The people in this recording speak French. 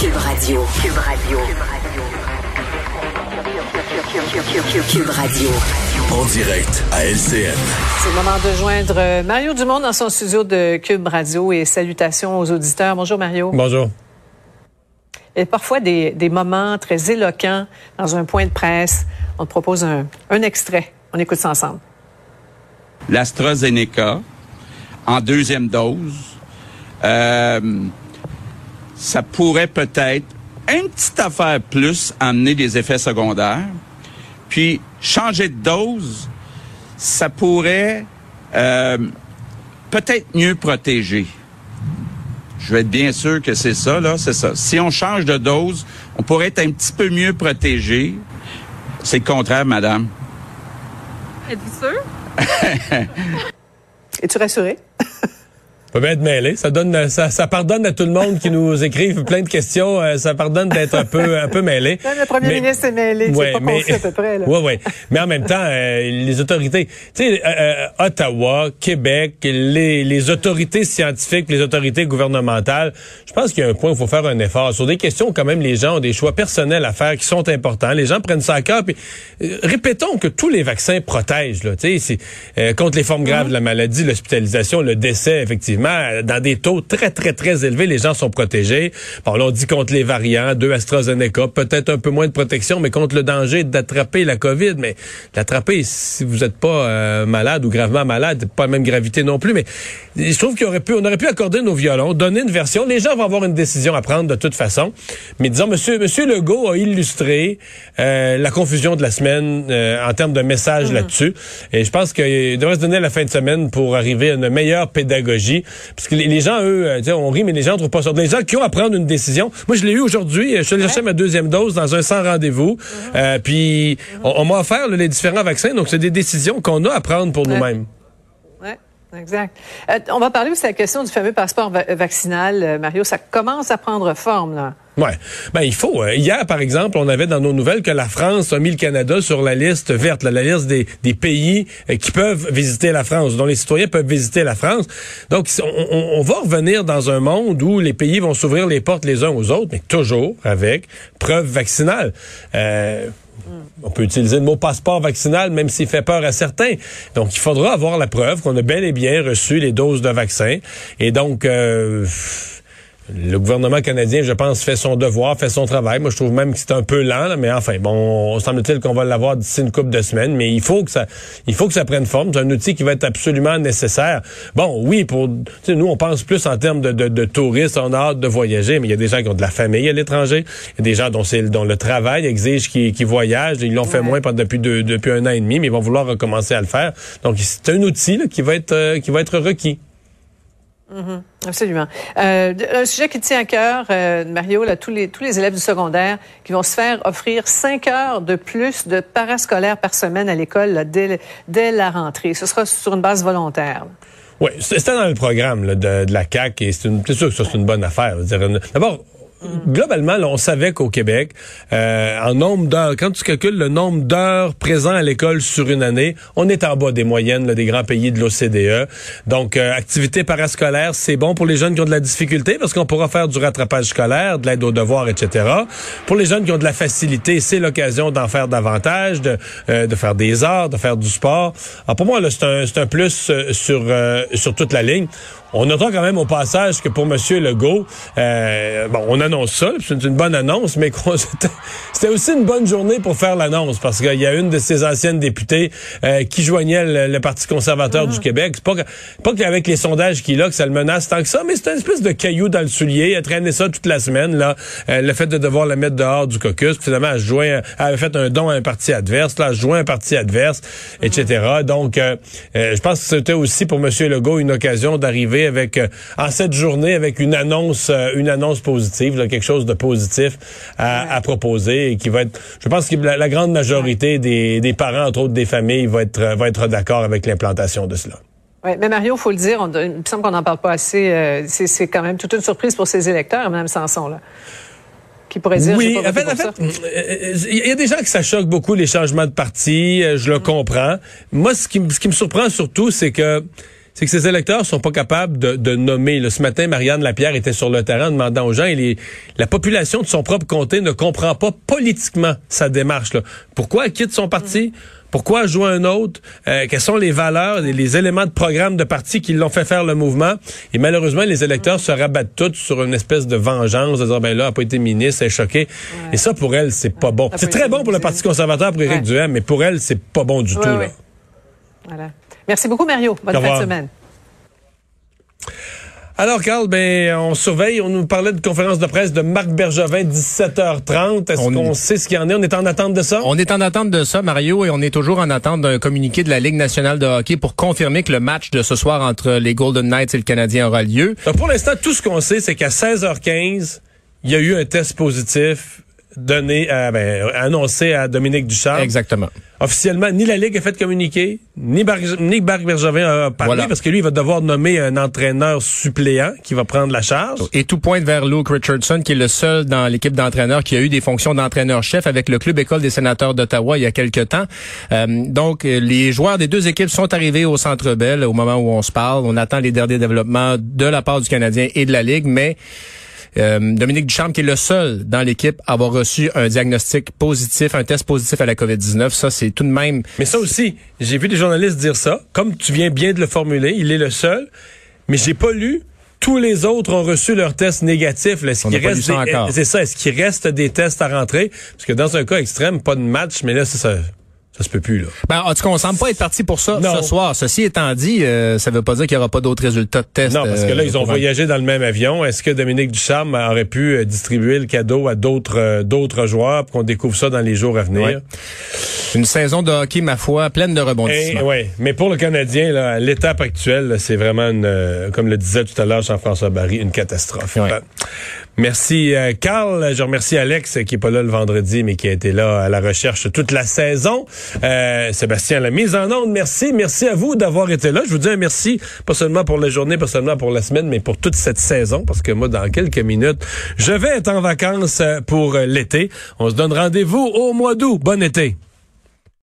Cube Radio. Cube Radio. Cube Radio. En direct à LCN. C'est le moment de joindre Mario Dumont dans son studio de Cube Radio et salutations aux auditeurs. Bonjour Mario. Bonjour. Il y a parfois des moments très éloquents dans un point de presse. On te propose un extrait. On écoute ça ensemble. L'AstraZeneca, en deuxième dose, ça pourrait peut-être, une petite affaire plus, amener des effets secondaires. Puis, changer de dose, ça pourrait peut-être mieux protéger. Je vais être bien sûr que c'est ça, là, c'est ça. Si on change de dose, on pourrait être un petit peu mieux protégé. C'est le contraire, madame. Êtes-vous sûr? Es-tu rassuré? On peut bien être mêlé. Ça pardonne à tout le monde qui nous écrive plein de questions. Ça pardonne d'être un peu mêlé. Même le premier ministre est mêlé. Ouais, c'est pas confus à peu près. Oui. Mais en même temps, les autorités, tu sais, Ottawa, Québec, les autorités scientifiques, les autorités gouvernementales, je pense qu'il y a un point où il faut faire un effort. Sur des questions où quand même les gens ont des choix personnels à faire qui sont importants. Les gens prennent ça à cœur. Puis répétons que tous les vaccins protègent. Là, tu sais, contre les formes graves de la maladie, l'hospitalisation, le décès, effectivement. Dans des taux très, très, très élevés, les gens sont protégés. Bon, là, on dit contre les variants, 2 AstraZeneca, peut-être un peu moins de protection, mais contre le danger d'attraper la COVID. Mais l'attraper, si vous n'êtes pas malade ou gravement malade, pas la même gravité non plus. Mais je trouve qu'on aurait pu accorder nos violons, donner une version. Les gens vont avoir une décision à prendre de toute façon. Mais disons, Monsieur Legault a illustré la confusion de la semaine en termes de message là-dessus. Et je pense qu'il devrait se donner la fin de semaine pour arriver à une meilleure pédagogie. Parce que les gens, eux, on rit, mais les gens ne trouvent pas ça. Les gens qui ont à prendre une décision. Moi, je l'ai eu aujourd'hui. Je suis allé chercher ma deuxième dose dans un sans rendez-vous. Puis, on m'a offert les différents vaccins. Donc, c'est des décisions qu'on a à prendre pour nous-mêmes. Oui, exact. On va parler aussi de la question du fameux passeport vaccinal, Mario. Ça commence à prendre forme, là. Ouais. Ben, il faut. Hier, par exemple, on avait dans nos nouvelles que la France a mis le Canada sur la liste verte, la liste des pays qui peuvent visiter la France, dont les citoyens peuvent visiter la France. Donc, on va revenir dans un monde où les pays vont s'ouvrir les portes les uns aux autres, mais toujours avec preuve vaccinale. On peut utiliser le mot passeport vaccinal, même s'il fait peur à certains. Donc, il faudra avoir la preuve qu'on a bel et bien reçu les doses de vaccin. Et donc, le gouvernement canadien, je pense, fait son devoir, fait son travail. Moi, je trouve même que c'est un peu lent, là, mais enfin, bon, semble-t-il qu'on va l'avoir d'ici une couple de semaines, mais il faut que ça prenne forme. C'est un outil qui va être absolument nécessaire. Bon, oui, nous, on pense plus en termes de touristes, on a hâte de voyager, mais il y a des gens qui ont de la famille à l'étranger. Il y a des gens dont le travail exige qu'ils voyagent. Ils l'ont fait moins depuis 1 an et demi, mais ils vont vouloir recommencer à le faire. Donc, c'est un outil là, qui va être requis. Absolument. Un sujet qui tient à cœur, Mario, là, tous les élèves du secondaire qui vont se faire offrir 5 heures de plus de parascolaire par semaine à l'école là, dès la rentrée. Ce sera sur une base volontaire. Oui, c'était dans le programme là, de la CAQ et c'est sûr que ça, c'est une bonne affaire. D'abord, globalement, là, on savait qu'au Québec, en nombre d'heures, quand tu calcules le nombre d'heures présentes à l'école sur une année, on est en bas des moyennes là, des grands pays de l'OCDE. Donc, activité parascolaire, c'est bon pour les jeunes qui ont de la difficulté parce qu'on pourra faire du rattrapage scolaire, de l'aide aux devoirs, etc. Pour les jeunes qui ont de la facilité, c'est l'occasion d'en faire davantage, de faire des arts, de faire du sport. Alors, pour moi, là, c'est un plus sur toute la ligne. On notera quand même au passage que pour M. Legault, on annonce ça, c'est une bonne annonce, mais c'était aussi une bonne journée pour faire l'annonce, parce qu'il y a une de ses anciennes députées qui joignait le Parti conservateur du Québec. C'est pas qu'avec les sondages qu'il a que ça le menace tant que ça, mais c'est une espèce de caillou dans le soulier. Elle traîné ça toute la semaine, là, le fait de devoir la mettre dehors du caucus. Finalement, elle avait fait un don à un parti adverse, là, elle joint un parti adverse, etc. Donc, je pense que c'était aussi pour M. Legault une occasion d'arriver en cette journée avec une annonce positive, là, quelque chose de positif à proposer et qui va être, je pense que la grande majorité des parents, entre autres des familles, va être d'accord avec l'implantation de cela. Oui, mais Mario, il faut le dire, il me semble qu'on n'en parle pas assez. C'est quand même toute une surprise pour ses électeurs, Mme Sanson, là. Qui pourrait dire, oui, en fait, il y a des gens que ça choque beaucoup, les changements de parti, je le comprends. Moi, ce qui me surprend surtout, c'est que c'est que ces électeurs sont pas capables de nommer. Là, ce matin, Marianne Lapierre était sur le terrain demandant aux gens, et la population de son propre comté ne comprend pas politiquement sa démarche. Là. Pourquoi elle quitte son parti? Pourquoi jouer un autre? Quelles sont les valeurs, les éléments de programme de parti qui l'ont fait faire le mouvement? Et malheureusement, les électeurs se rabattent tous sur une espèce de vengeance, de dire, ben là, elle n'a pas été ministre, elle est choquée. Ouais. Et ça, pour elle, c'est pas bon. C'est très bon pour le Parti conservateur, pour Éric Duhem, mais pour elle, c'est pas bon du tout. Là. Voilà. Merci beaucoup, Mario. Bonne fin de semaine. Alors, Carl, on surveille. On nous parlait de conférence de presse de Marc Bergevin, 17h30. Est-ce qu'on sait ce qu'il y en est? On est en attente de ça? On est en attente de ça, Mario, et on est toujours en attente d'un communiqué de la Ligue nationale de hockey pour confirmer que le match de ce soir entre les Golden Knights et le Canadien aura lieu. Donc, pour l'instant, tout ce qu'on sait, c'est qu'à 16h15, il y a eu un test positif annoncé à Dominique Ducharme. Exactement. Officiellement, ni la Ligue a fait communiquer, ni Marc Bergevin a parlé, parce que lui, il va devoir nommer un entraîneur suppléant qui va prendre la charge. Et tout pointe vers Luke Richardson, qui est le seul dans l'équipe d'entraîneurs qui a eu des fonctions d'entraîneur-chef avec le club école des sénateurs d'Ottawa il y a quelque temps. Donc, les joueurs des deux équipes sont arrivés au Centre Bell au moment où on se parle. On attend les derniers développements de la part du Canadien et de la Ligue, mais Dominique Ducharme, qui est le seul dans l'équipe à avoir reçu un diagnostic positif, un test positif à la COVID-19. Ça, c'est tout de même... Mais ça aussi, j'ai vu des journalistes dire ça. Comme tu viens bien de le formuler, il est le seul. Mais j'ai pas lu. Tous les autres ont reçu leur test négatif. Là, est-ce qu'il reste c'est ça. Est-ce qu'il reste des tests à rentrer? Parce que dans un cas extrême, pas de match, mais là, c'est ça. Ça se peut plus, là. En tout cas, on semble pas être parti pour ça ce soir. Ceci étant dit, ça veut pas dire qu'il y aura pas d'autres résultats de tests. Non, parce que là, ils ont voyagé dans le même avion. Est-ce que Dominique Ducharme aurait pu distribuer le cadeau à d'autres joueurs pour qu'on découvre ça dans les jours à venir? Ouais. Une saison de hockey, ma foi, pleine de rebondissements. Oui, mais pour le Canadien, là, à l'étape actuelle, là, c'est vraiment, comme le disait tout à l'heure Jean-François Barry, une catastrophe. Ouais. Merci, Carl. Je remercie Alex, qui est pas là le vendredi, mais qui a été là à la recherche toute la saison. Sébastien, la mise en onde, merci. Merci à vous d'avoir été là. Je vous dis un merci, pas seulement pour la journée, pas seulement pour la semaine, mais pour toute cette saison, parce que moi, dans quelques minutes, je vais être en vacances pour l'été. On se donne rendez-vous au mois d'août. Bon été.